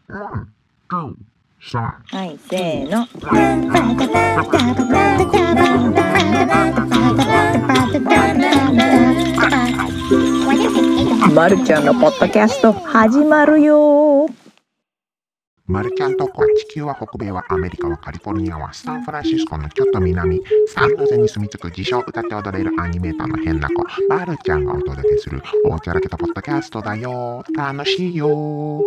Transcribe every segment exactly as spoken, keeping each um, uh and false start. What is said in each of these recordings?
はい、せーの。まるちゃんのポッドキャスト始まるよ。 マルちゃんトークは地球は北米はアメリカはカリフォルニアはサンフランシスコのちょっと南サンノゼに住み着く自称歌って踊れるアニメーターの変な子マルちゃんがお届けするおちゃらけたポッドキャストだよ。楽しいよ。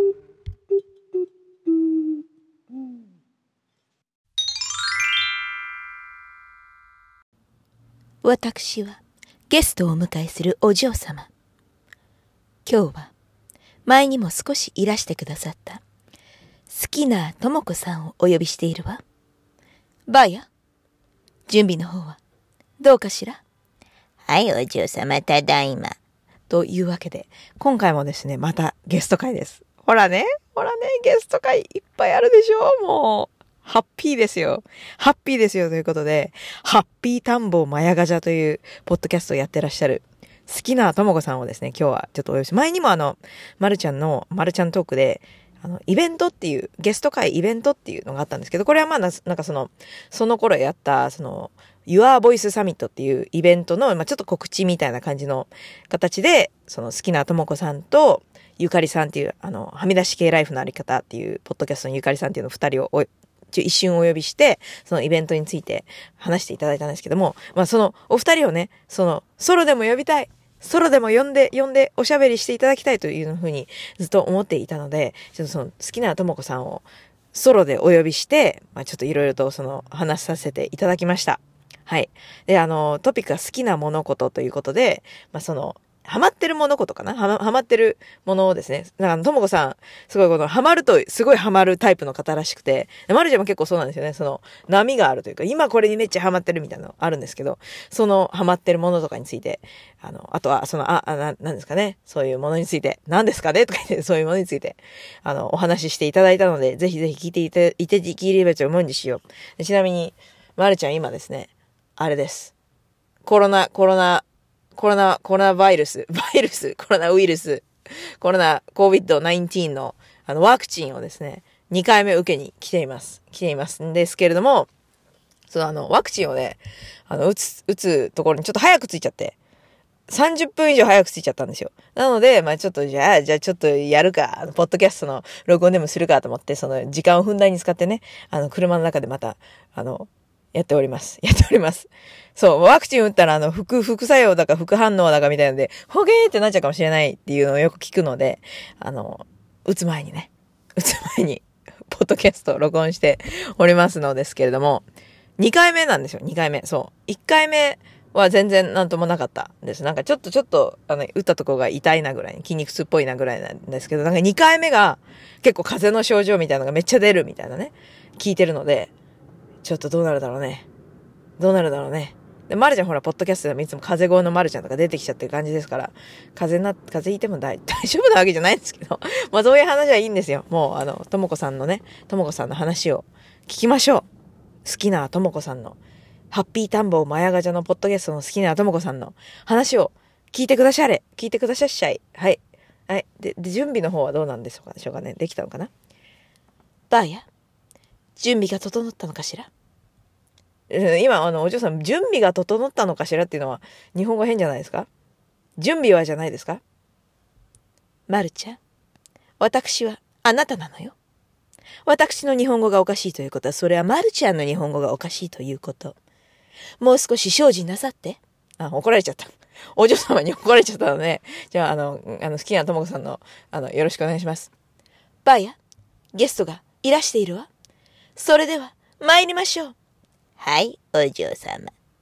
私はゲストをお迎えするお嬢様。今日は前にも少しいらしてくださった好きなともこさんをお呼びしているわ。ばあや、準備の方はどうかしら？ はい、お嬢様、ただいま。 というわけで、今回もですね、またゲスト会です。ほらね、ほらね、ゲスト会いっぱいあるでしょ？もう、ハッピーですよ。ハッピーですよということで、ハッピー田んぼマヤガジャというポッドキャストをやってらっしゃる好きなともこさんをですね、今日はちょっとお呼びして、前にもあの、まるちゃんの、まるちゃんトークで、あの、イベントっていう、ゲスト会イベントっていうのがあったんですけど、これはまあな、なんかその、その頃やった、その、Your Voice Summit っていうイベントの、まあちょっと告知みたいな感じの形で、その好きなともこさんと、ゆかりさんっていう、あの、はみ出し系ライフのあり方っていう、ポッドキャストのゆかりさんっていうの二人をお、一瞬お呼びして、そのイベントについて話していただいたんですけども、まあその、お二人をね、その、ソロでも呼びたい。ソロでも呼んで、呼んでおしゃべりしていただきたいというふうにずっと思っていたので、ちょっとその好きなともこさんをソロでお呼びして、まあちょっといろいろとその話させていただきました。はい。で、あの、トピックが好きな物事ということで、まあその、ハマってる物事かなはま、はまってるものをですね。なんか、ともこさん、すごいこの、ハマると、すごいハマるタイプの方らしくて、まるちゃんも結構そうなんですよね。その、波があるというか、今これにめっちゃハマってるみたいなのあるんですけど、そのハマってるものとかについて、あの、あとは、その、あ、あな、なんですかね。そういうものについて、何ですかねとか言って、そういうものについて、あの、お話ししていただいたので、ぜひぜひ聞いていて、いて、いてればと思うんですよ。ちなみに、まるちゃん今ですね、あれです。コロナ、コロナ、コロナ、コロナバイルス、バイルス、コロナウイルス、コロナ、コービッドナインティーン の、あの、ワクチンをですね、にかいめ受けに来ています。来ていますんですけれども、そのあの、ワクチンをね、あの、打つ、打つところにちょっと早くついちゃって、さんじゅっぷん以上早くついちゃったんですよ。なので、まあちょっと、じゃあ、じゃあちょっとやるか、あのポッドキャストの録音でもするかと思って、その時間をふんだんに使ってね、あの、車の中でまた、あの、やっております。やっております。そう、ワクチン打ったら、あの、副、副作用だか副反応だかみたいなので、ほげーってなっちゃうかもしれないっていうのをよく聞くので、あの、打つ前にね、打つ前に、ポッドキャストを録音しておりますのですけれども、にかいめなんですよ、にかいめ。そう。いっかいめは全然なんともなかったんです。なんかちょっとちょっと、あの、打ったとこが痛いなぐらいに、筋肉痛っぽいなぐらいなんですけど、なんかにかいめが結構風邪の症状みたいなのがめっちゃ出るみたいなね、聞いてるので、ちょっとどうなるだろうね。どうなるだろうね。で、まるちゃんほら、ポッドキャストでもいつも風邪声のまるちゃんとか出てきちゃってる感じですから、風邪な、風邪ひいても大、大丈夫なわけじゃないんですけど、まあそういう話はいいんですよ。もう、あの、ともこさんのね、ともこさんの話を聞きましょう。好きなともこさんの、ハッピー田んぼマヤガジャのポッドキャストの好きなともこさんの話を聞いてくだしゃれ。聞いてくだしゃっしゃい。はい。はい。で、で準備の方はどうなんでしょうかでしょうかね。できたのかな？ばあや、準備が整ったのかしら？今、あの、お嬢さん、準備が整ったのかしらっていうのは、日本語変じゃないですか？準備はじゃないですか？まるちゃん、私はあなたなのよ。私の日本語がおかしいということは、それはまるちゃんの日本語がおかしいということ。もう少し精進なさって。あ、怒られちゃった。お嬢様に怒られちゃったので、じゃあ、あの、あの好きなともこさんの、あの、よろしくお願いします。ばあや、ゲストがいらしているわ。それでは、参りましょう。 はい、お嬢様。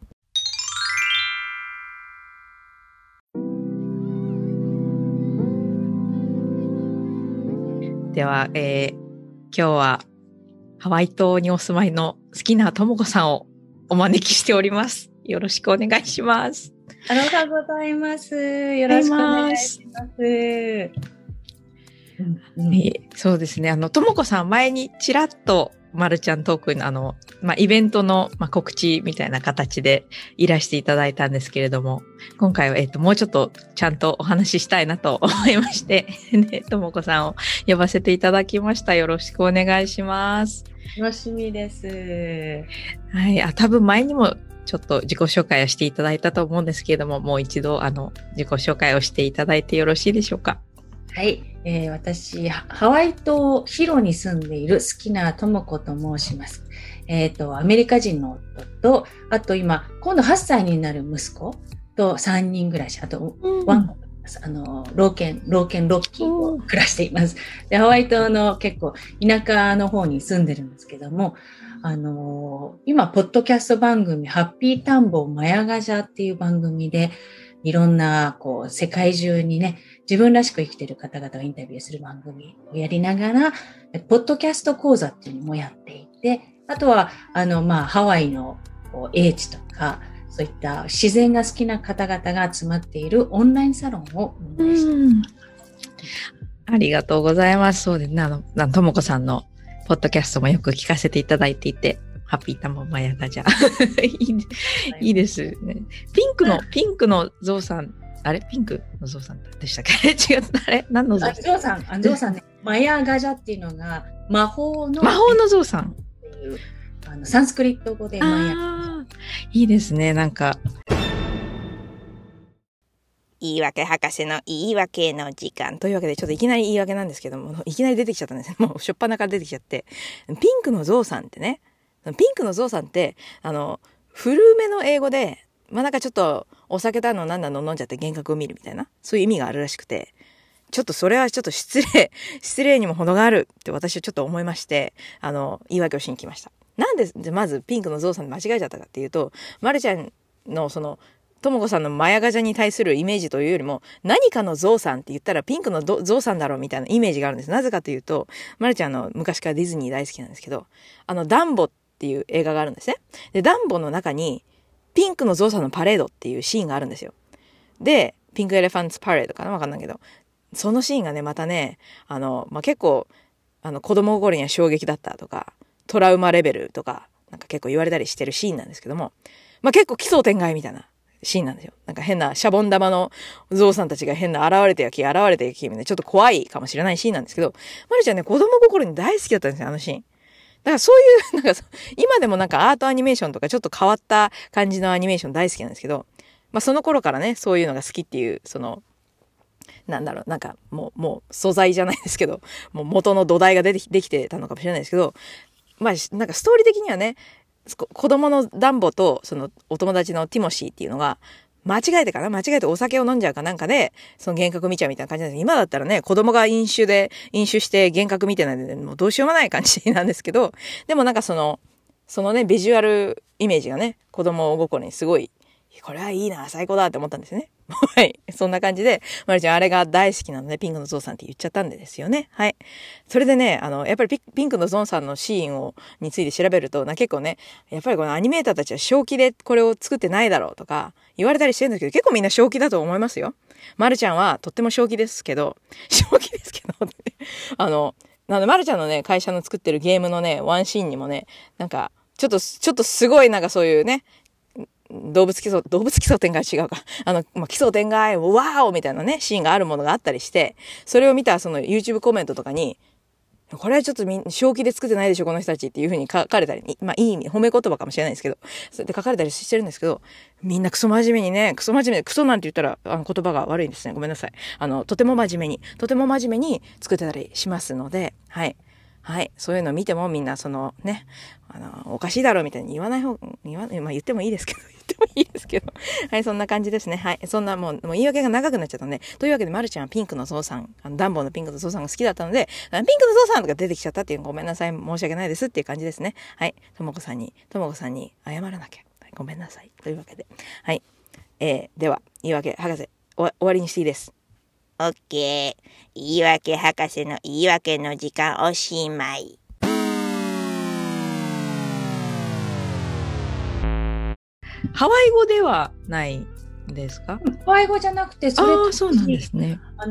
では、えー、今日はハワイ島にお住まいの好きなともこさんをお招きしております。よろしくお願いします。 ありがとうございます。よろしくお願いします。 うんうん、そうですね。あの、ともこさん前にちらっとまるちゃんトークにあの、 まあ、イベントの、まあ、告知みたいな形でいらしていただいたんですけれども、今回は、えっと、もうちょっとちゃんとお話ししたいなと思いまして、ね、ともこさんを呼ばせていただきました。よろしくお願いします。 楽しみです。 はい。あ、多分前にもちょっと自己紹介をしていただいたと思うんですけれども、もう一度、あの、自己紹介をしていただいてよろしいでしょうか。 はい、えー、私、ハワイ島ヒロに住んでいる好きなともこと申します。えっと、アメリカ人の夫と、あと今、今度はっさいになる息子とさんにん暮らし、あと、うん、ワンコ、あの、老犬、老犬ロッキーを暮らしています。で、ハワイ島の結構田舎の方に住んでるんですけども、あの、今、ポッドキャスト番組、ハッピータンボマヤガジャっていう番組で、いろんな、こう、世界中にね、自分らしく生きている方々をインタビューする番組をやりながら、ポッドキャスト講座っていうのもやっていて、あとは、あの、まあ、ハワイのこう英知とか、そういった自然が好きな方々が集まっているオンラインサロンを運営しています。 ありがとうございます。そうですね。あの、ともこさんのポッドキャストもよく聞かせていただいていて、ハッピータンボマヤガジャいい、いいですね。ピンクの、ピンクのゾウさん、あれピンクのゾウさんでしたっけ違った。あれ何のゾウさん？ ゾウさん、あ、ゾウさんね。マヤガジャっていうのが魔法の。 魔法のゾウさん。 っていう、あの、サンスクリット語でマヤガジャ。 いいですね、なんか。 言い訳博士の言い訳の時間。 というわけで、ちょっといきなり言い訳なんですけども、いきなり出てきちゃったんですね。もう、しょっぱなから出てきちゃって。ピンクのゾウさんってね、ピンクのゾウさんって、あの、古めの英語で、まあなんかちょっとお酒だのなんだの飲んじゃって幻覚を見るみたいな、そういう意味があるらしくて、ちょっとそれはちょっと失礼、失礼にも程があるって私はちょっと思いまして、あの、言い訳をしに来ました。なんで、まずピンクのゾウさんで間違えちゃったかっていうと、まるちゃんのその、ともこさんのマヤガジャに対するイメージというよりも、何かのゾウさんって言ったらピンクのゾウさんだろうみたいなイメージがあるんです。なぜかというと、まるちゃんの昔からディズニー大好きなんですけど、あの、ダンボっていう映画があるんですね。で、ダンボの中に、ピンクのゾウさんのパレードっていうシーンがあるんですよ。で、ピンクエレファンツパレードかなわかんないけど、そのシーンがね、またね、あの、まあ、結構、あの、子供心には衝撃だったとか、トラウマレベルとか、なんか結構言われたりしてるシーンなんですけども、まあ、結構奇想天外みたいなシーンなんですよ。なんか変なシャボン玉のゾウさんたちが変な現れてやき、現れてやきみたいな、ちょっと怖いかもしれないシーンなんですけど、まるちゃんね、子供心に大好きだったんですよ、あのシーン。だからそういう、なんか、今でもなんかアートアニメーションとかちょっと変わった感じのアニメーション大好きなんですけど、まあその頃からね、そういうのが好きっていう、その、なんだろう、なんかもう、もう素材じゃないですけど、もう元の土台が出てできてたのかもしれないですけど、まあなんかストーリー的にはね、子供のダンボとそのお友達のティモシーっていうのが、間違えてかな間違えてお酒を飲んじゃうかなんかで、その幻覚見ちゃうみたいな感じなんです。今だったらね、子供が飲酒で、飲酒して幻覚見てないので、もうどうしようもない感じなんですけど、でもなんかその、そのね、ビジュアルイメージがね、子供心にすごい、これはいいな、最高だって思ったんですよね。はい。そんな感じで、まるちゃんあれが大好きなので、ピンクのゾウさんって言っちゃったんでですよね。はい。それでね、あの、やっぱりピ、ピンクのゾウさんのシーンを、について調べると、な結構ね、やっぱりこのアニメーターたちは正気でこれを作ってないだろうとか、言われたりしてるんですけど、結構みんな正気だと思いますよ。まるちゃんはとっても正気ですけど、正気ですけど、あの、なので、まるちゃんのね、会社の作ってるゲームのね、ワンシーンにもね、なんか、ちょっと、ちょっとすごいなんかそういうね、動物奇想、動物奇想天外違うか。あの、まあ、奇想天外、わーおみたいなね、シーンがあるものがあったりして、それを見たその YouTube コメントとかに、これはちょっとみん、正気で作ってないでしょ、この人たちっていう風に書かれたり、まあ、いい意味、褒め言葉かもしれないですけど、それで書かれたりしてるんですけど、みんなクソ真面目にね、クソ真面目で、クソなんて言ったら、あの、言葉が悪いんですね。ごめんなさい。あの、とても真面目に、とても真面目に作ってたりしますので、はい。はい。そういうのを見てもみんなそのね、あの、おかしいだろうみたいに言わない方、言わない、まあ言ってもいいですけど、言ってもいいですけど。はい、そんな感じですね。はい。そんなもう、もう言い訳が長くなっちゃったので、というわけで、まるちゃんはピンクのゾウさん、あの、ダンボのピンクのゾウさんが好きだったので、ピンクのゾウさんとか出てきちゃったっていうごめんなさい、申し訳ないですっていう感じですね。はい。ともこさんに、ともこさんに謝らなきゃ。はい、ごめんなさい。というわけで。はい。えー、では、言い訳、博士、終わりにしていいです。 オッケー。言い訳博士の言い訳の時間おしまい。 ハワイ語ではないですか？ ハワイ語じゃなくて、 それと、あ、そうなんですね。 あの、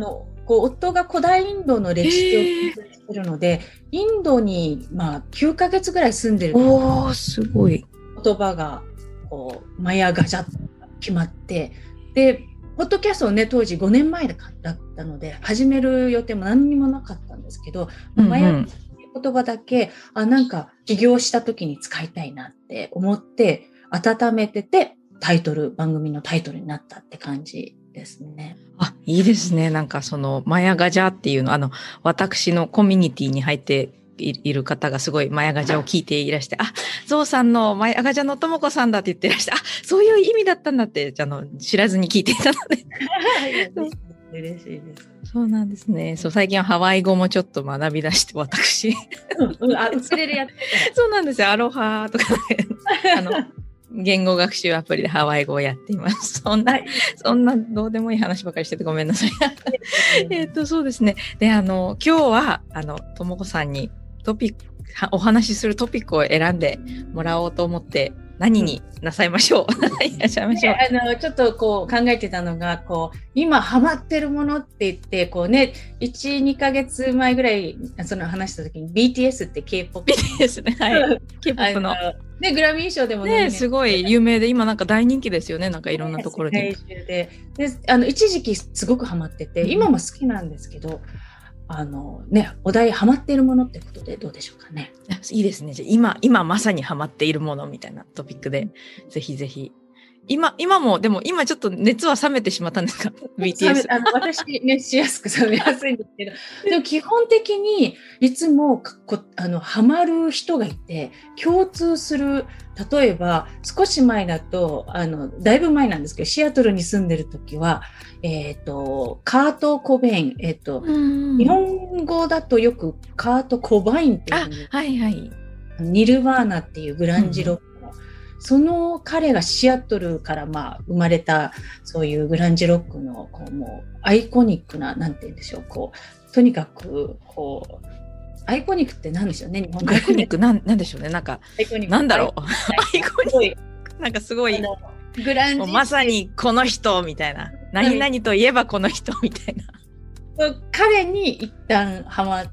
こう夫が古代インドの歴史を研究してるので、インドにまあきゅうかげつぐらい住んでるおー、すごい。 言葉がこうマヤガジャッと決まって、でポッドキャストをね当時ごねんまえだったので始める予定も何にもなかったんですけど、 うんうん、 マヤガジャッという言葉だけあなんか起業した時に使いたいなって思って温めてて、タイトル番組のタイトルになったって感じですね。 あ、いいですね。なんかそのマヤガジャっていうの、あの私のコミュニティに入っている方がすごいマヤガジャを聞いていらして、あ、ゾウさんのマヤガジャのともこさんだって言っていらして、あ、そういう意味だったんだってあの知らずに聞いていたので嬉しいです。 そうなんですね。そう、最近はハワイ語もちょっと学び出して私うん、あ、ウクレレやってた。 そうなんですよ。アロハとか、ね、あの言語学習アプリでハワイ語をやっています。そんな、そんなどうでもいい話ばかりしててごめんなさい。えっと、そうですね。で、あの、今日は、あの、ともこさんにトピック、お話しするトピックを選んでもらおうと思って、何になさいましょう、うん、いらっしゃいましょう。 あの、ちょっとこう考えてたのが、こう、今ハマってるものって言って、こうね、いち、にかげつまえぐらい、その話した時に ビーティーエス って K-ポップ。 ビーティーエス ね。はい。K-ポップ の。 ね、グラミー賞でもね、すごい有名で、今なんか大人気ですよね、なんかいろんなところに。 世界中で。で、あの、一時期すごくハマってて、今も好きなんですけど、あのね、お題ハマっているものってことでどうでしょうかね。 いいですね。じゃあ今、今まさにハマっているものみたいなトピックで、ぜひぜひ。今、今も、でも今ちょっと熱は冷めてしまったんですか ?ビーティーエス。 あの私、熱しやすく冷めやすいんですけど、でも基本的にいつもこあのハマる人がいて、共通する、例えば少し前だと、あの、だいぶ前なんですけど、シアトルに住んでる時は、えっと、カート・コベイン、えっと、日本語だとよくカート・コバインっていう、 あ、はいはい。 ニルバーナっていうグランジロックの、うん、その彼がシアトルからまあ生まれたそういうグランジロックのこうもうアイコニックな、なんて言うんでしょう、こうとにかくこうアイコニックって何でしょうね、日本語。 アイコニックなんなんでしょうね、なんかなんだろう、アイコニックなんかすごいグランジまさにこの人みたいな、何々といえばこの人みたいな。 彼に一旦ハマって、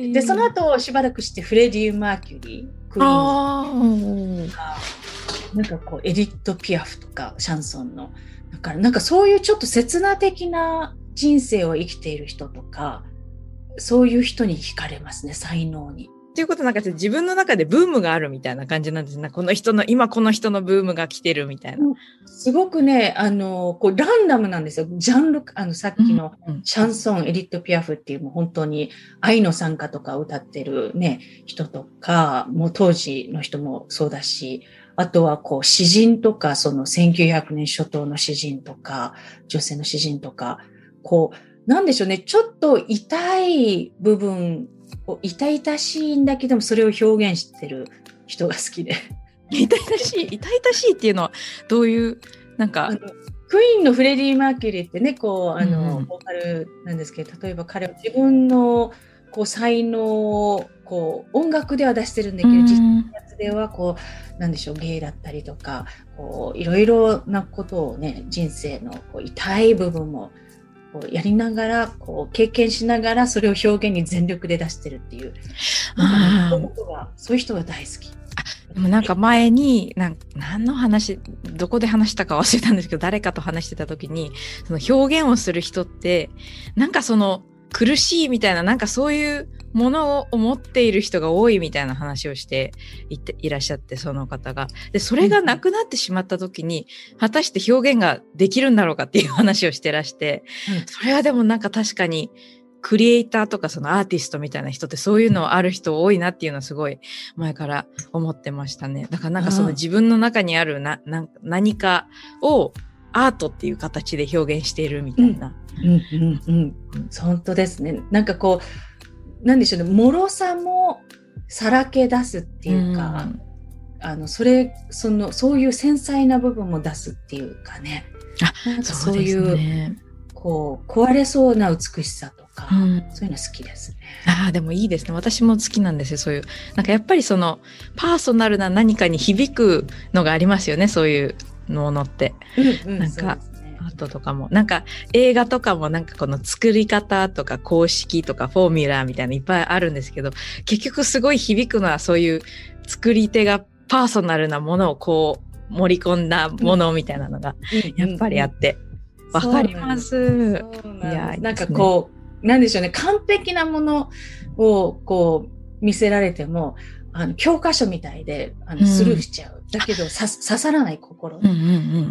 でその後しばらくしてフレディ・マーキュリー、クイーンとか、なんかこうエディット・ピアフとかシャンソンの、だからなんかそういうちょっと刹那的な人生を生きている人とか、そういう人に惹かれますね、才能に。 ということなんか自分の中でブームがあるみたいな感じなんですね。この人の今この人のブームが来てるみたいな。 すごくね、あのこうランダムなんですよ。ジャンル、あのさっきのシャンソン、うんうん、エディット・ピアフっていうもう本当に愛の賛歌とか歌ってるね人とか、もう当時の人もそうだし、あとはこう詩人とか、そのせんきゅうひゃくねん初頭の詩人とか、女性の詩人とか、こうなんでしょうね、ちょっと痛い部分。痛々しいんだけどもそれを表現してる人が好きで。 痛々しい痛々しいっていうのはどういうなんか、 あのクイーンのフレディ・マーキュリーってね、こうあの、うん、ボーカルなんですけど、例えば彼は自分のこう才能をこう音楽では出してるんだけど、うん、実活ではこうなんでしょう、ゲイだったりとか、こういろいろなことをね、人生のこう痛い部分もこうやりながら、こう経験しながらそれを表現に全力で出してるっていう、そういう人が、そういう人が大好き。 あ、でもなんか前になん何の話、どこで話したか忘れたんですけど、誰かと話してた時に、その表現をする人ってなんかその苦しいみたいな、なんかそういうものを持っている人が多いみたいな話をしていていらっしゃって、その方が。で、それがなくなってしまった時に、うん、果たして表現ができるんだろうかっていう話をしてらして、うん、それはでもなんか確かに、クリエイターとかそのアーティストみたいな人ってそういうのある人多いなっていうのはすごい前から思ってましたね。だからなんかその自分の中にあるな、な何かをアートっていう形で表現しているみたいな。 うんうんうんうん、本当ですね。なんかこう、なんでしょうね、脆さもさらけ出すっていうか、うん、あのそれそのそういう繊細な部分も出すっていうかね。 あ、なんかそういうね、 こう壊れそうな美しさとか、うん、そういうの好きですね。 ああ、でもいいですね。私も好きなんですよ。そういうなんかやっぱりそのパーソナルな何かに響くのがありますよね。そういうものって、 うんうん、 なんか、ね、 アートとかもなんか映画とかもなんかこの作り方とか公式とかフォーミュラーみたいなのいっぱいあるんですけど、結局すごい響くのはそういう作り手がパーソナルなものをこう盛り込んだものみたいなのがやっぱりあってわ、かります。 そうなんです。いや、なんかこうなんでしょうね、完璧なものをこう見せられてもあの教科書みたいであのスルーしちゃう、うん、だけど刺さらない心、うんうんうん、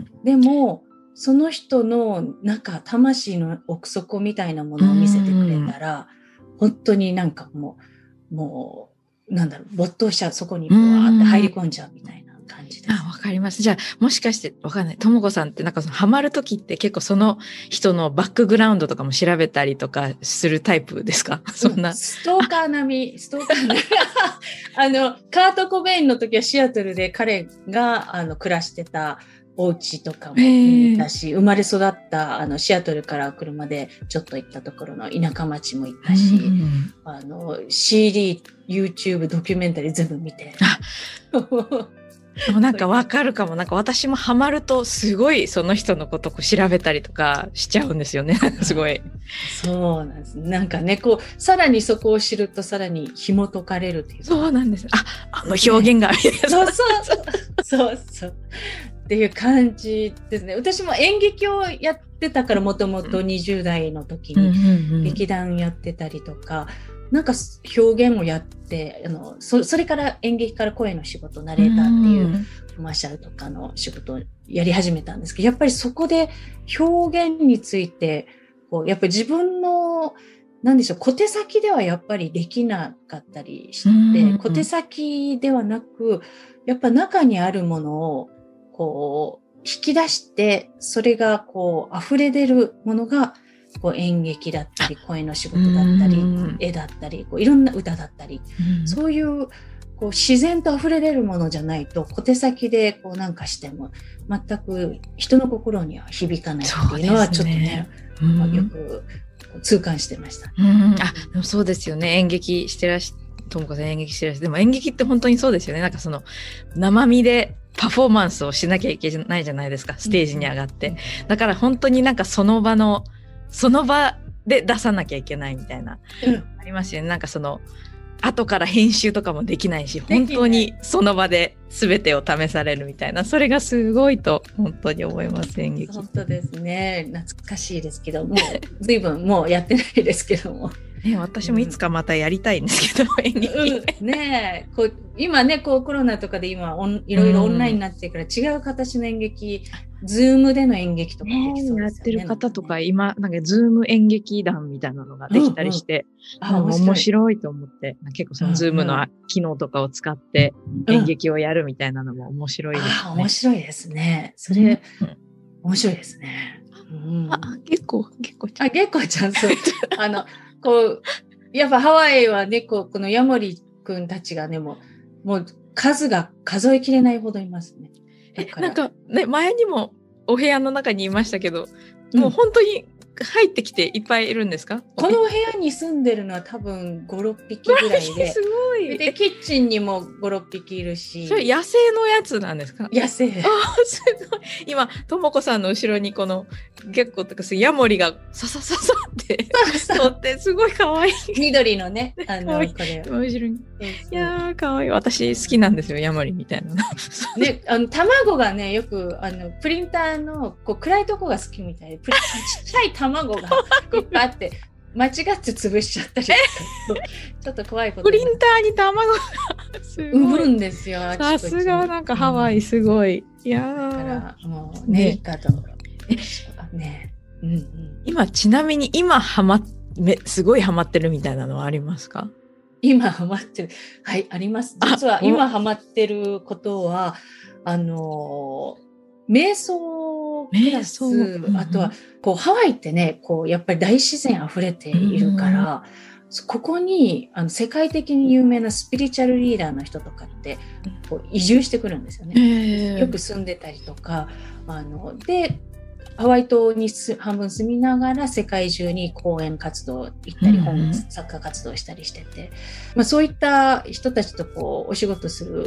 でもその人のなんか魂の奥底みたいなものを見せてくれたら、うん、本当になんかもうもうなんだろう、没頭しちゃう、そこにわーって入り込んじゃうみたいな感じです。 あ、わかります。じゃあもしかしてわかんない、ともこさんってなんかそのハマる時って結構その人のバックグラウンドとかも調べたりとかするタイプですか？そんな、うん、 ストーカー並みストーカー並みあのカート・コベインの時はシアトルで彼があの暮らしてたお家とかも見たし、生まれ育ったあのシアトルから車でちょっと行ったところの田舎町も行ったし、うん、あの シーディー、YouTube、ドキュメンタリー全部見てでもなんかわかるかも。なんか私もハマるとすごいその人のことを調べたりとかしちゃうんですよね。すごい。 そうなんです。なんかね、こうさらにそこを知るとさらに紐解かれるっていうか。 そうなんです。あ、あの表現が、ね、 そうそうそうそうそうっていう感じですね。私も演劇をやってたから、もともとにじゅう代の時に劇団やってたりとか。なんか表現をやってあの そ, それから演劇から声の仕事、ナレーターっていうコマーシャルとかの仕事をやり始めたんですけど、やっぱりそこで表現についてこうやっぱり自分の何でしょう、小手先ではやっぱりできなかったりして、小手先ではなくやっぱ中にあるものをこう引き出して、それがこう溢れ出るものがこう演劇だったり声の仕事だったり絵だったりこういろんな歌だったり、うん、そういうこう自然と溢れ出るものじゃないと小手先でこうなんかしても全く人の心には響かないっていうのはちょっとね、うん、よく痛感してました、 うん、あでもそうですよね。演劇してらっしゃともこさん演劇してらっしゃる。でも演劇って本当にそうですよね。なんかその生身でパフォーマンスをしなきゃいけないじゃないですか、ステージに上がって、うん、だから本当になんかその場のその場で出さなきゃいけないみたいな、うん、ありますよね。なんかその後から編集とかもできないし、本当にその場で全てを試されるみたいな、それがすごいと本当に思います。演劇本当ですね。懐かしいですけどもう随分もうやってないですけどもね、私もいつかまたやりたいんですけど、うん、演劇、 うん、ねこう今ねこうコロナとかで今オンいろいろオンラインになってるから、うん、違う形の演劇、ズームでの演劇とかできそうですよね。やってる方とか今なんかズーム演劇団みたいなのができたりして、うんうん、あ面白いと思って、結構そのズームの機能とかを使って演劇をやるみたいなのも面白いですね。 あ面白いですね。それ、うん、面白いですね。 うん、あ結構結構あ結構ちゃんとあのこうやっぱハワイはねこうこのヤモリくんたちがねもうもう数が数えきれないほどいますね。 だからなんかね前にもお部屋の中にいましたけど、うん、もう本当に入ってきていっぱいいるんですか？ この部屋に住んでるのは多分ご、ろっぴきぐらいで、 すごい。 でキッチンにもご、ろっぴきいるし。 それ野生のやつなんですか？ 野生。 あすごい。今ともこさんの後ろにこの結構とかヤモリがささささって乗ってすごい可愛い。 緑のねあのこれ後ろに。いやー可愛い。私好きなんですよヤモリみたいな。 ねあの卵がねよくあのプリンターのこう暗いとこが好きみたいで、プリちっちゃい卵卵がいっぱいあって間違って潰しちゃったりちょっと怖いことプリンターに卵が産むんですよ。 さすがなんかハワイすごい、うん、いやだからもうねいいかとね、うんうん、 今ちなみに今ハマめすごいハマってるみたいなのはありますか？ 今ハマってるはいあります。実は今ハマってることはあの瞑想プラス、うん、あとはこうハワイってねこうやっぱり大自然あふれているから、うん、ここにあの世界的に有名なスピリチュアルリーダーの人とかってこう移住してくるんですよね。よく住んでたりとかあのでハワイ島に半分住みながら世界中に講演活動行ったり、うん、本作家活動したりしてて、まあ、そういった人たちとこうお仕事する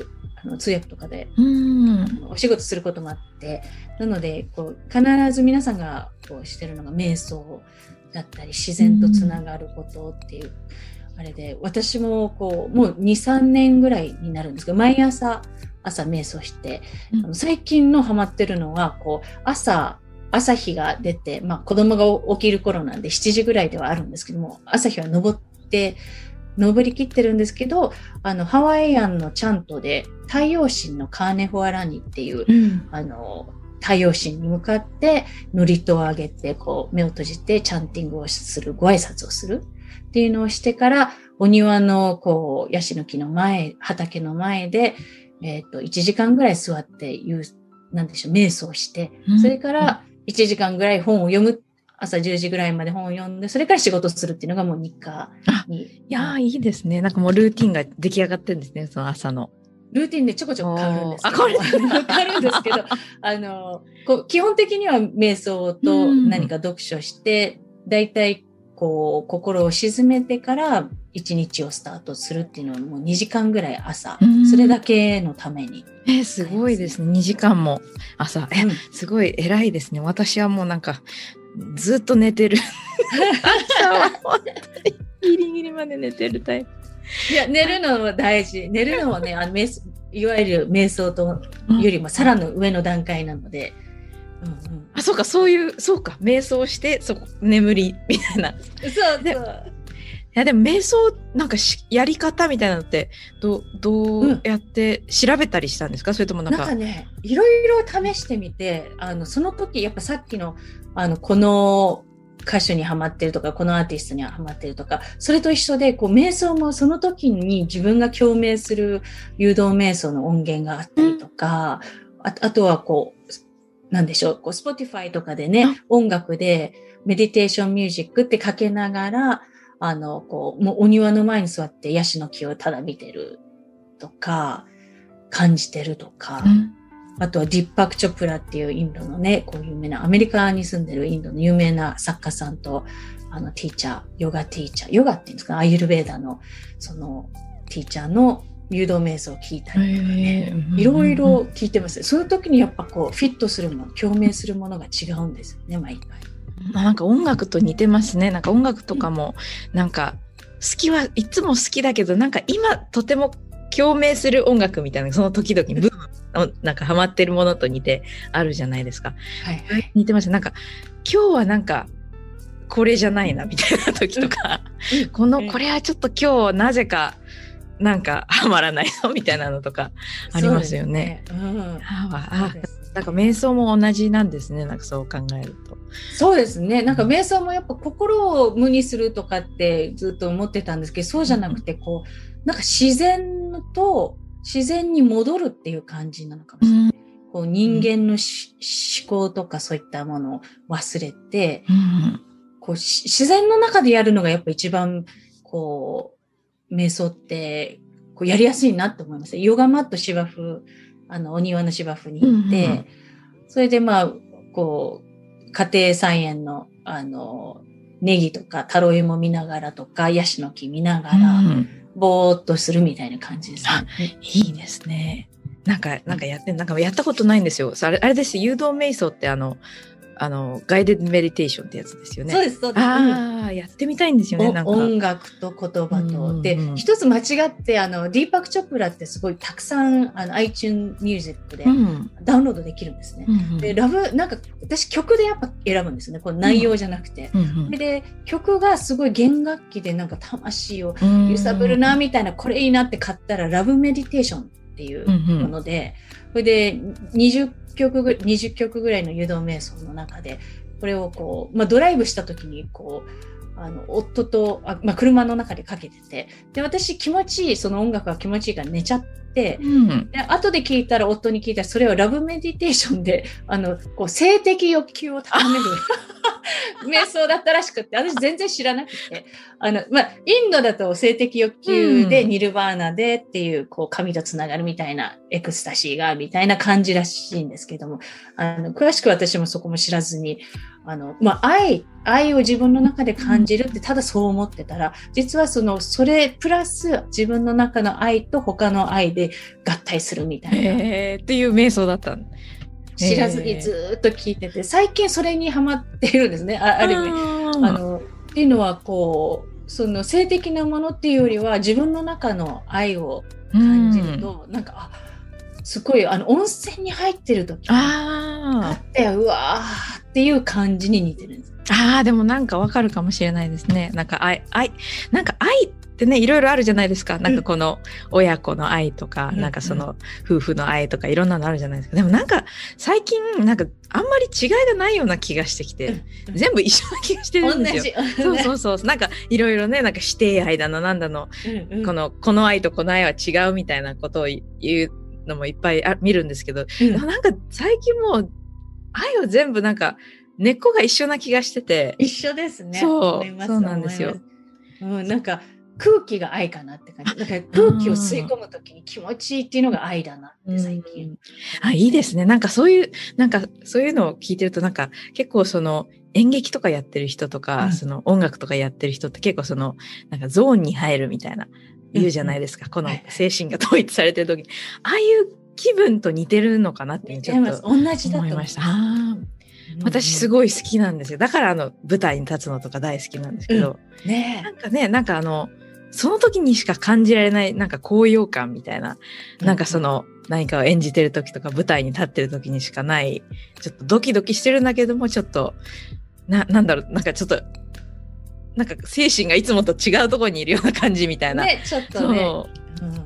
あの通訳とかでうんお仕事することもあって、なのでこう必ず皆さんがこうしてるのが瞑想だったり自然とつながることっていう、うん、あれで私もこうもうにさんねんぐらいになるんですけど、毎朝朝瞑想して、うん、あの最近のハマってるのはこう朝朝日が出て、まあ、子供が起きる頃なんでしちじぐらいではあるんですけども、朝日は昇って昇りきってるんですけど、あのハワイアンのチャントで太陽神のカーネホアラニっていう、うん、あの太陽神に向かって祝詞を上げてこう目を閉じてチャンティングをする、ご挨拶をするっていうのをしてから、お庭のこうヤシの木の前、畑の前で、えっといちじかんぐらい座っていう、なんでしょう、瞑想して、それからいちじかんぐらい本を読む。朝じゅうじぐらいまで本を読んで、それから仕事するっていうのがもう日課に。 いやー、いいですね。なんかもうルーティンが出来上がってるんですね、その朝の。 ルーティンでちょこちょこ変わるんですけど。あ、変わるんですけど、あの、こう基本的には瞑想と何か読書して、だいたいこう、心を沈めてから一日をスタートするっていうのはもうにじかんぐらい朝、それだけのために。 えー、すごいですね。にじかんも朝。え、うん、すごい偉いですね。私はもうなんか、ずっと寝てる。朝は本当にギリギリまで寝てるタイプ。 いや、寝るのも大事。寝るのもね、あの瞑いわゆる瞑想とよりもさらの上の段階なので。 うんうん、あ、そうか、そういう、そうか、瞑想して、そこ、眠り、みたいな。 そうそう。 いや、でも瞑想、なんかし、やり方みたいなのって、どう、どうやって調べたりしたんですか、うん、それともなんか。 なんかね、いろいろ試してみて、あの、その時、やっぱさっきの、あの、この歌手にハマってるとか、このアーティストにハマってるとか、それと一緒で、こう、瞑想もその時に自分が共鳴する誘導瞑想の音源があったりとか、うん、あ, あとはこう、なんでしょう、こう、Spotify とかでね、うん、音楽でメディテーションミュージックってかけながら、あの、こう、もうお庭の前に座ってヤシの木をただ見てるとか、感じてるとか、うんあとはディッパク・チョプラっていうインドのね、こう有名な、アメリカに住んでるインドの有名な作家さんと、あの、ティーチャー、ヨガティーチャー、ヨガっていうんですか、アイユルベーダの、その、ティーチャーの誘導瞑想を聞いたりとかね、いろいろ聞いてます。その時にやっぱこう、フィットするもの、共鳴するものが違うんですよね、毎回。 なんか音楽と似てますね。なんか音楽とかも、なんか、好きはいつも好きだけど、なんか今とても共鳴する音楽みたいな、その時々ブーム。なんかハマってるものと似てあるじゃないですか。 はいはい。 似てます。なんか今日はなんかこれじゃないなみたいな時とか、うん、このこれはちょっと今日なぜかなんかハマらないのみたいなのとかありますよね。 そうですね。うん。 あ、なんか瞑想も同じなんですね。なんかそう考えると。 そうですね。なんか瞑想もやっぱ心を無にするとかってずっと思ってたんですけど、そうじゃなくてこうなんか自然と自然に戻るっていう感じなのかもしれない。うん、こう人間のし、うん、思考とかそういったものを忘れて、うん、こう自然の中でやるのがやっぱ一番こう瞑想ってこうやりやすいなって思います。ヨガマット芝生、あのお庭の芝生に行って、うんうん、それでまあこう家庭菜園のあのネギとかタロイモ見ながらとかヤシの木見ながら。うんぼーっとするみたいな感じですね。 いいですね。なんか、なんかやって、なんかやったことないんですよ。あれ、あれです。誘導瞑想ってあの、あの、ガイデッドメディテーションってやつですよね。 そうです、そうです。 ああ、やってみたいんですよね。なんか音楽と言葉と。で、一つ間違って、あの、ディーパク・チョプラってすごいたくさん、あの、iTunes Music でダウンロードできるんですね。うんうん、で、ラブ、なんか、私曲でやっぱ選ぶんですよね。この内容じゃなくて。うんうん、で、曲がすごい弦楽器でなんか魂を揺さぶるな、みたいな、これいいなって買ったら、ラブメディテーションっていうもので、それでにじゅっきょくぐ、にじゅっきょくぐらいの誘導瞑想の中で、これをこう、まあ、ドライブした時に、こう、あの、夫と、あまあ、車の中でかけてて、で、私気持ちいい、その音楽が気持ちいいから寝ちゃって、うん、で後で聞いたら、夫に聞いたら、それはラブメディテーションで、あの、こう、性的欲求を高める瞑想だったらしくって、私全然知らなくて、あの、まあ、インドだと性的欲求で、ニルバーナでっていう、こう、神とつながるみたいな、エクスタシーが、みたいな感じらしいんですけども、あの、詳しく私もそこも知らずに、あの、まあ、愛、愛を自分の中で感じるってただそう思ってたら、実はその、それプラス自分の中の愛と他の愛でで合体するみたいな。 へーっていう瞑想だったの。 知らずにずーっと聞いてて、最近それにハマっているんですね。あ、ある意味。あの、っていうのはこう、その性的なものっていうよりは自分の中の愛を感じると、なんか、あ、すごい、あの、温泉に入ってる時あって、うわーっていう感じに似てるんです。 ああ、でもなんかわかるかもしれないですね。なんか愛、愛、なんか愛ってね、いろいろあるじゃないですか。なんかこの親子の愛とか、うん、なんかその夫婦の愛とかいろんなのあるじゃないですか。でもなんか最近なんかあんまり違いがないような気がしてきて、うん、全部一緒な気がしてるんですよ。そうそうそう。なんかいろいろね、なんか師弟愛だのなんだの、うんうん、この、この愛とこの愛は違うみたいなことを言うのもいっぱいあ見るんですけど、うん、なんか最近もう愛は全部なんか根っこが一緒な気がしてて。 一緒ですね。 そう、そうなんですよ。 うん、なんか空気が愛かなって感じ。だから空気を吸い込むときに気持ちいいっていうのが愛だなって最近。うん、 あ、いいですね。なんかそういう、なんかそういうのを聞いてるとなんか結構その演劇とかやってる人とか、うん、その音楽とかやってる人って結構そのなんかゾーンに入るみたいな言うじゃないですか。うん、この精神が統一されてるときに。ああいう気分と似てるのかなってちょっと思いました。同じだと思いました。私すごい好きなんですよ。だからあの舞台に立つのとか大好きなんですけど、 うん、ねえ、 なんかね、なんかあの、その時にしか感じられないなんか高揚感みたいな、なんかその何かを演じてる時とか舞台に立ってる時にしかない、ちょっとドキドキしてるんだけども、ちょっと、な、なんだろう、なんかちょっと、なんか精神がいつもと違うところにいるような感じみたいな。 ね、ちょっとね。そう、 うん、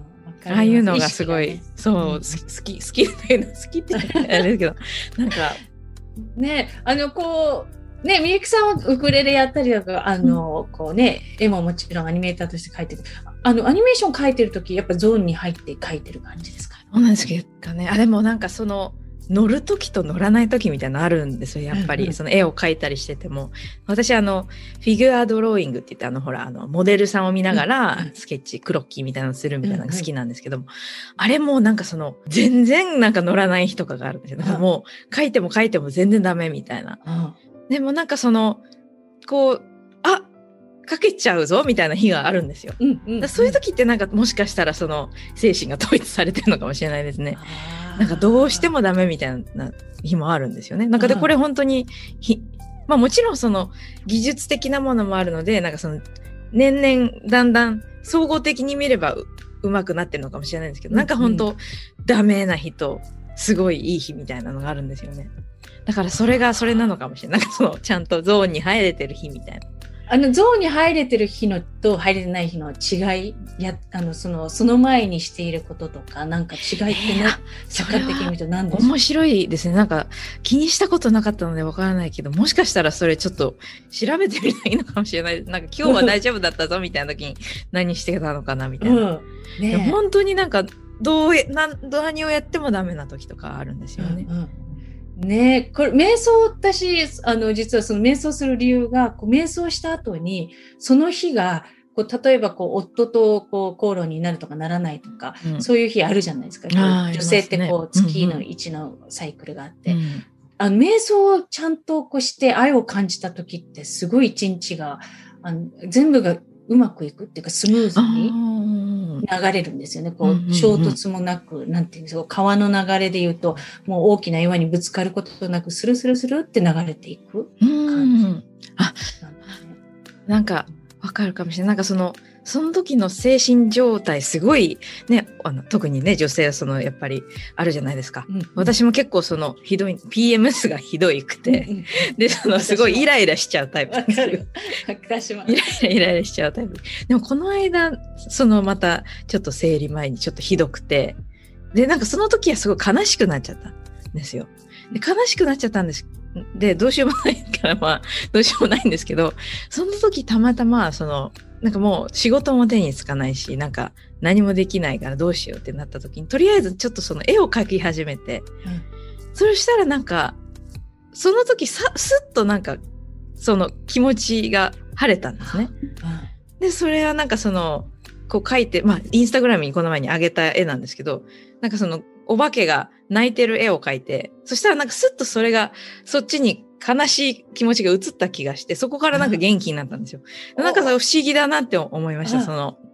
ああいうのがすごい、ね、そう、うん、好き、好きっていうの、好きって言ったらあれですけど、なんか、 ね、あの、こう、ね、みゆきさんはウクレレやったりとか、あの、うん、こうね、絵ももちろんアニメーターとして描いてる。あの、アニメーション描いてるとき、やっぱゾーンに入って描いてる感じですか？ そうなんですけどね。あ、でもなんかその、乗るときと乗らないときみたいなのあるんですよ、やっぱり。うんうん、その絵を描いたりしてても。私あの、フィギュアドローイングって言って、あの、ほら、あの、モデルさんを見ながら、スケッチ、クロッキーみたいなのするみたいなのが好きなんですけども、うんうん、あれもなんかその、全然なんか乗らない日とかがあるんですよ。なんかもう、描いても描いても全然ダメみたいな。うん、でもなんかその、こう、あ、かけちゃうぞみたいな日があるんですよ。うんうんうん、そういう時ってなんかもしかしたらその精神が統一されてるのかもしれないですね。なんかどうしてもダメみたいな日もあるんですよね。なんかでこれ本当にひ、まあもちろんその技術的なものもあるので、なんかその年々だんだん総合的に見れば う, うまくなってるのかもしれないんですけど、なんか本当、うん、ダメな日とすごいいい日みたいなのがあるんですよね。だからそれがそれなのかもしれない。なんかそのちゃんとゾーンに入れてる日みたいな。 あのゾーンに入れてる日のと入れてない日の違いや、あのそのその前にしていることとかなんか違いってね、客観的に見ると何でしょう？ 面白いですね。なんか気にしたことなかったのでわからないけど、もしかしたらそれちょっと調べてみたらいいのかもしれない。なんか今日は大丈夫だったぞみたいな時に何してたのかなみたいな。うんね、本当になんかどうな何をやってもダメな時とかあるんですよね。うんうんねえ、これ、瞑想、私、あの、実はその瞑想する理由が、こう瞑想した後に、その日が、こう、例えば、こう、夫と、こう、口論になるとかならないとか、うん、そういう日あるじゃないですか。女性って、こう、月の一のサイクルがあって、うんうん、あの、瞑想をちゃんとこうして愛を感じた時って、すごい一日が、あの、全部がうまくいくっていうか、スムーズに。流れるんですよね。こう、衝突もなく、なんていうんですか、川の流れで言うと、もう大きな岩にぶつかることなく、スルスルスルって流れていく感じ。うん、 あ、なんか、わかるかもしれない。なんかその、その時の精神状態すごいね、あの特にね女性はそのやっぱりあるじゃないですか。うんうん、私も結構そのひどい ピーエムエス がひどいくて、うんうん、でそのすごいイライラしちゃうタイプですよ。 私もイライライライラしちゃうタイプ。でもこの間そのまたちょっと生理前にちょっとひどくて、でなんかその時はすごい悲しくなっちゃったんですよ。で悲しくなっちゃったんです。でどうしようもないからまあどうしようもないんですけど、その時たまたまそのなんかもう仕事も手につかないし、なんか何もできないからどうしようってなった時に、とりあえずちょっとその絵を描き始めて、うん、そしたらなんか、その時さ、すっとなんか、その気持ちが晴れたんですね。うん、で、それはなんかその、こう描いて、まあ、インスタグラムにこの前に上げた絵なんですけど、なんかその、お化けが泣いてる絵を描いて、そしたらなんかスッとそれが、そっちに悲しい気持ちが移った気がして、そこからなんか元気になったんですよ。うん、なんかさ、不思議だなって思いました、その。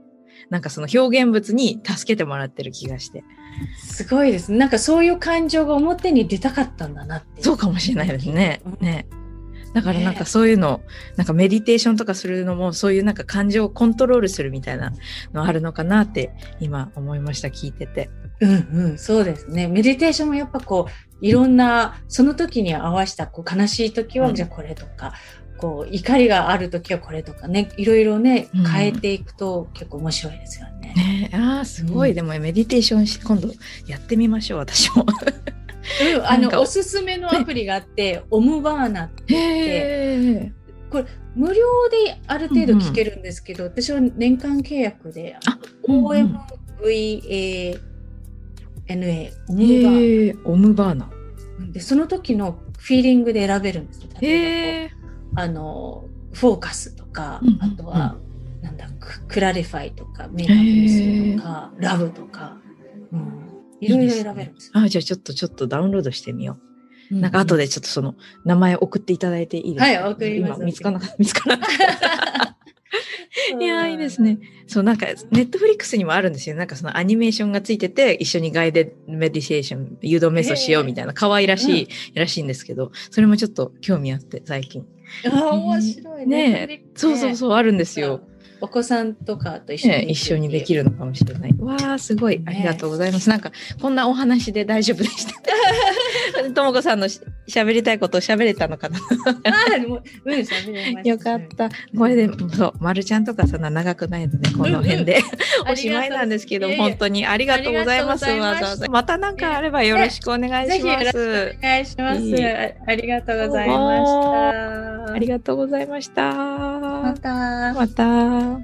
なんかその表現物に助けてもらってる気がして。 すごいです。なんかそういう感情が表に出たかったんだなって。 そうかもしれないですね。ね。だからなんかそういうの、なんかメディテーションとかするのもそういうなんか感情をコントロールするみたいなのあるのかなって今思いました、聞いてて。 うんうん、そうですね。メディテーションもやっぱこう、いろんな、その時に合わせた、こう悲しい時はじゃあこれとか、うん、こう怒りがある時はこれとかね、いろいろね、変えていくと結構面白いですよね。 ねえ、ああ、すごい、うん。でもメディテーションし、今度やってみましょう、私も。 うん、あのおすすめのアプリがあって、ね、オムバーナって言って、これ無料である程度聞けるんですけど、うんうん、私は年間契約で オーエムブイエーエヌエー オムバーナ、 オムバーナでその時のフィーリングで選べるんです。例えばこうあのフォーカスとか、うんうんうん、あとはなんだクラリファイとかメイクアップとかラブとか、うん、いろいろ選べるんです。 あ、じゃあちょっとちょっとダウンロードしてみよう。うんうん、なんか後でちょっとその名前送っていただいていいですか？ はい、送ります。 今見つからなかった。見つからなかった。いや、いいですね。そう、なんか、ネットフリックスにもあるんですよ。なんかそのアニメーションがついてて、一緒にガイデメディテーション、誘導瞑想しようみたいな、可愛らしい、うん、らしいんですけど、それもちょっと興味あって、最近。 ああ、面白いね。 ね、そうそうそう、あるんですよ。 お子さんとかと一緒に、 ね、一緒にできるのかもしれない。わー、すごい。ありがとうございます。ね、なんか、こんなお話で大丈夫でした。ともこさんの喋りたいことを喋れたのかな。 あでも、うん、喋れました。 よかった。これで、そう、まるちゃんとかそんな長くないので、この辺で、うんうん、おしまいなんですけど、本当にありがとうございます。わざわざ。また何かあればよろしくお願いします。 ぜひよろしくお願いします。いいありがとうございました。 ありがとうございました。 また。 また。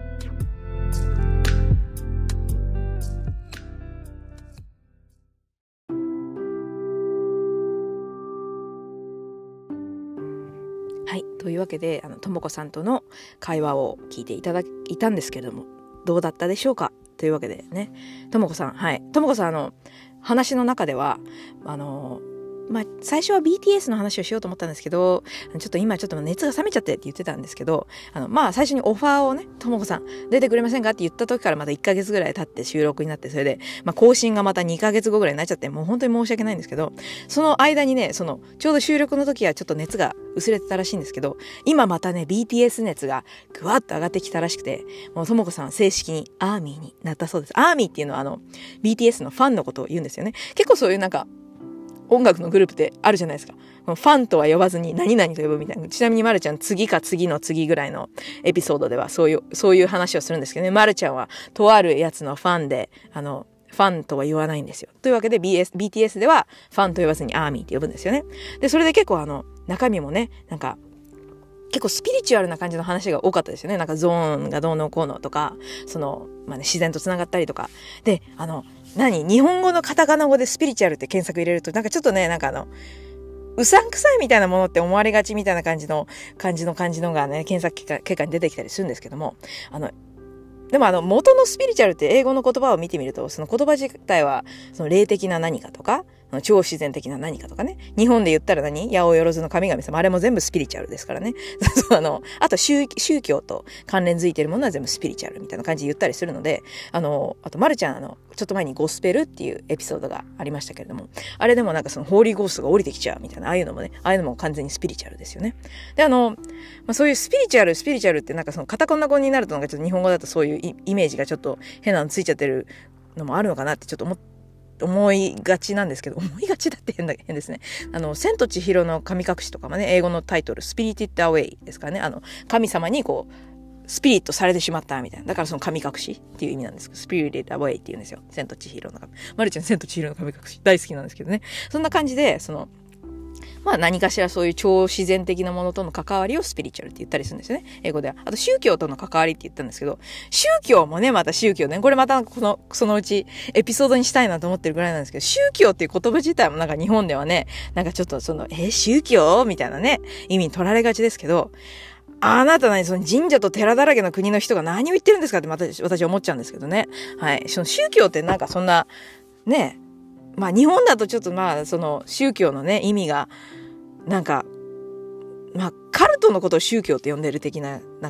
はい。というわけで、あの、ともこさんとの会話を聞いていただいたんですけれども、どうだったでしょうかというわけでね、ともこさん、はい。ともこさん、あの、話の中では、あの、まあ、最初は ビーティーエス の話をしようと思ったんですけど、ちょっと今ちょっと熱が冷めちゃってって言ってたんですけど、あの、まあ、最初にオファーをね、ともこさん出てくれませんかって言った時からまたいっかげつぐらい経って収録になって、それで、まあ、更新がまたにかげつごぐらいになっちゃって、もう本当に申し訳ないんですけど、その間にね、その、ちょうど収録の時はちょっと熱が薄れてたらしいんですけど、今またね、ビーティーエス 熱がぐわっと上がってきたらしくて、もうともこさんは正式にアーミーになったそうです。アーミーっていうのはあの、ビーティーエス のファンのことを言うんですよね。結構そういうなんか、音楽のグループってあるじゃないですか。ファンとは呼ばずに何々と呼ぶみたいな。ちなみにまるちゃん次か次の次ぐらいのエピソードではそういう、そういう話をするんですけどね。まるちゃんはとあるやつのファンで、あの、ファンとは言わないんですよ。というわけで ビーエス、ビーティーエス ではファンと呼ばずにアーミーって呼ぶんですよね。で、それで結構あの、中身もね、なんか、結構スピリチュアルな感じの話が多かったですよね。なんかゾーンがどうのこうのとか、その、まあね、自然と繋がったりとか。で、あの、何日本語のカタカナ語でスピリチュアルって検索入れると、なんかちょっとね、なんかあの、うさんくさいみたいなものって思われがちみたいな感じの、感じの感じのがね、検索結果、結果に出てきたりするんですけども、あの、でもあの、元のスピリチュアルって英語の言葉を見てみると、その言葉自体は、その霊的な何かとか、超自然的な何かとかね。日本で言ったら何八百万の神々様。あれも全部スピリチュアルですからね。そうあの、あと宗、宗教と関連づいてるものは全部スピリチュアルみたいな感じで言ったりするので、あの、あと、まるちゃん、あの、ちょっと前にゴスペルっていうエピソードがありましたけれども、あれでもなんかそのホーリーゴーストが降りてきちゃうみたいな、ああいうのもね、ああいうのも完全にスピリチュアルですよね。で、あの、まあ、そういうスピリチュアル、スピリチュアルってなんかそのカタカナ語になるとなんかちょっと日本語だとそういうイメージがちょっと変なのついちゃってるのもあるのかなってちょっと思って、思いがちなんですけど、思いがちだって変だ、変ですね。あの、千と千尋の神隠しとかもね、英語のタイトル、スピリティッドアウェイですからね。あの、神様にこう、スピリットされてしまったみたいな。だからその神隠しっていう意味なんですけど、スピリティッドアウェイって言うんですよ。千と千尋の神。まるちゃん千と千尋の神隠し大好きなんですけどね。そんな感じで、その、まあ何かしらそういう超自然的なものとの関わりをスピリチュアルって言ったりするんですよね。英語では。あと宗教との関わりって言ったんですけど、宗教もね、また宗教ね。これまたこの、そのうちエピソードにしたいなと思ってるぐらいなんですけど、宗教っていう言葉自体もなんか日本ではね、なんかちょっとその、え、宗教みたいなね、意味に取られがちですけど、あなた何その神社と寺だらけの国の人が何を言ってるんですかってまた私思っちゃうんですけどね。はい。その宗教ってなんかそんな、ね、まあ日本だとちょっとまあその宗教のね意味がなんかまあカルトのことを宗教って呼んでる的ななんか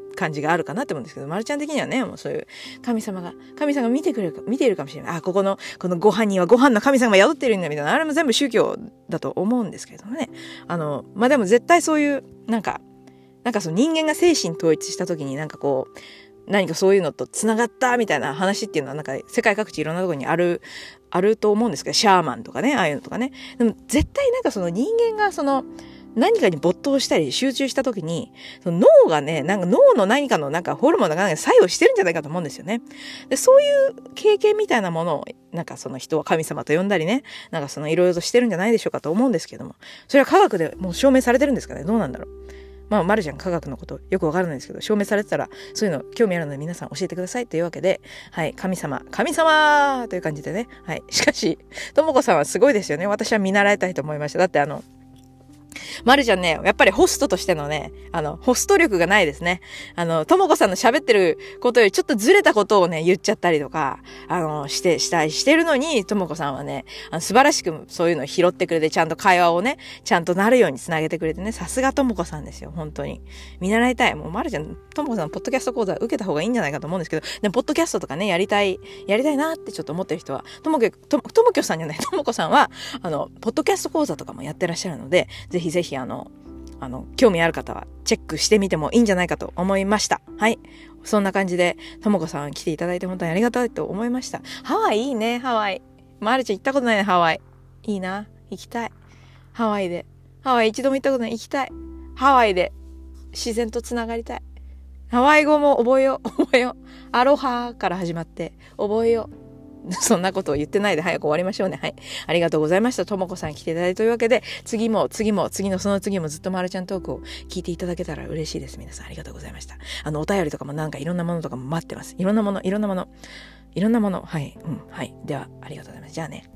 感じがあるかなって思うんですけど、まるちゃん的にはね、もうそういう神様が、神様が見てくれるか、見ているかもしれない。あ、ここの、このご飯にはご飯の神様が宿ってるんだみたいな、あれも全部宗教だと思うんですけれどもね。あの、まあ、でも絶対そういう、なんか、なんかその人間が精神統一した時になんかこう、何かそういうのと繋がったみたいな話っていうのはなんか世界各地いろんなところにある、あると思うんですけど、シャーマンとかね、ああいうのとかね。でも絶対なんかその人間がその何かに没頭したり集中した時に、その脳がね、なんか脳の何かのなんかホルモンが何か作用してるんじゃないかと思うんですよね。で、そういう経験みたいなものをなんかその人は神様と呼んだりね、なんかそのいろいろとしてるんじゃないでしょうかと思うんですけども、それは科学でもう証明されてるんですかね。どうなんだろう。まあ、まるちゃん科学のことよくわからないんですけど、証明されてたら、そういうの興味あるので皆さん教えてくださいというわけで、はい、神様、神様という感じでね、はい。しかし、ともこさんはすごいですよね。私は見習いたいと思いました。だってあの、まるちゃんね、やっぱりホストとしてのね、あの、ホスト力がないですね。あの、ともこさんの喋ってることよりちょっとずれたことをね、言っちゃったりとか、あの、して、したりしてるのに、ともこさんはね、あの素晴らしくそういうのを拾ってくれて、ちゃんと会話をね、ちゃんとなるようにつなげてくれてね、さすがともこさんですよ、本当に。見習いたい。もうまるちゃん、ともこさんのポッドキャスト講座受けた方がいいんじゃないかと思うんですけど、でも、ポッドキャストとかね、やりたい、やりたいなってちょっと思ってる人は、ともきょ、と、ともきょさんじゃない、ともこさんは、あの、ポッドキャスト講座とかもやってらっしゃるので、ぜひぜひあの、あの、興味ある方はチェックしてみてもいいんじゃないかと思いました。はい。そんな感じで、ともこさん来ていただいて本当にありがたいと思いました。ハワイいいね、ハワイ。まるちゃん行ったことないね、ハワイ。いいな、行きたい。ハワイで。ハワイ一度も行ったことない、行きたい。ハワイで自然とつながりたい。ハワイ語も覚えよう、覚えよう。アロハから始まって覚えよう。そんなことを言ってないで早く終わりましょうね。はい。ありがとうございました。ともこさん来ていただいたというわけで、次も次も次のその次もずっとまるちゃんトークを聞いていただけたら嬉しいです。皆さんありがとうございました。あの、お便りとかもなんかいろんなものとかも待ってます。いろんなもの、いろんなもの、いろんなもの。はい。うん。はい。では、ありがとうございます。じゃあね。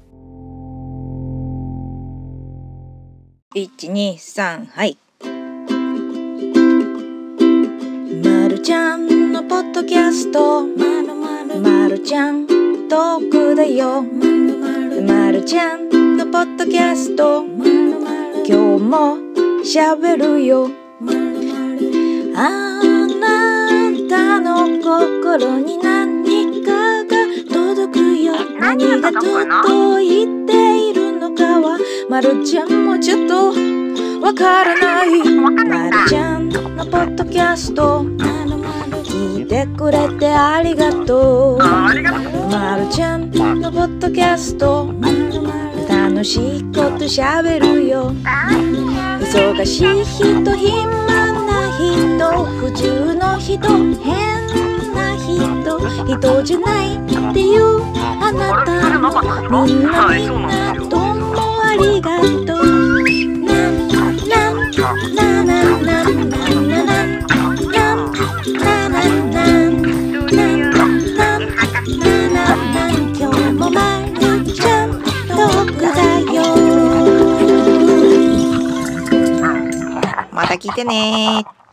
いち、に、さん、はい。まるちゃんのポッドキャスト、まるまるまるちゃんトークだよ。まるまるまるちゃんのポッドキャスト、まるまる今日も喋るよ。まるまるあなたの心に何かが届くよ。何が届いているのかはまるちゃんもちょっとわからない。まるちゃんのポッドキャスト、まるまる聞いてくれてありがとう。まるちゃんのポッドキャスト、まるまる楽しいことしゃべるよ。忙しい人、暇な人、普通の人、変な人、人じゃないっていうあなたもみんなみんなどうもありがとう。なななななななな今日もまるちゃんトークだよ。また聞いてね。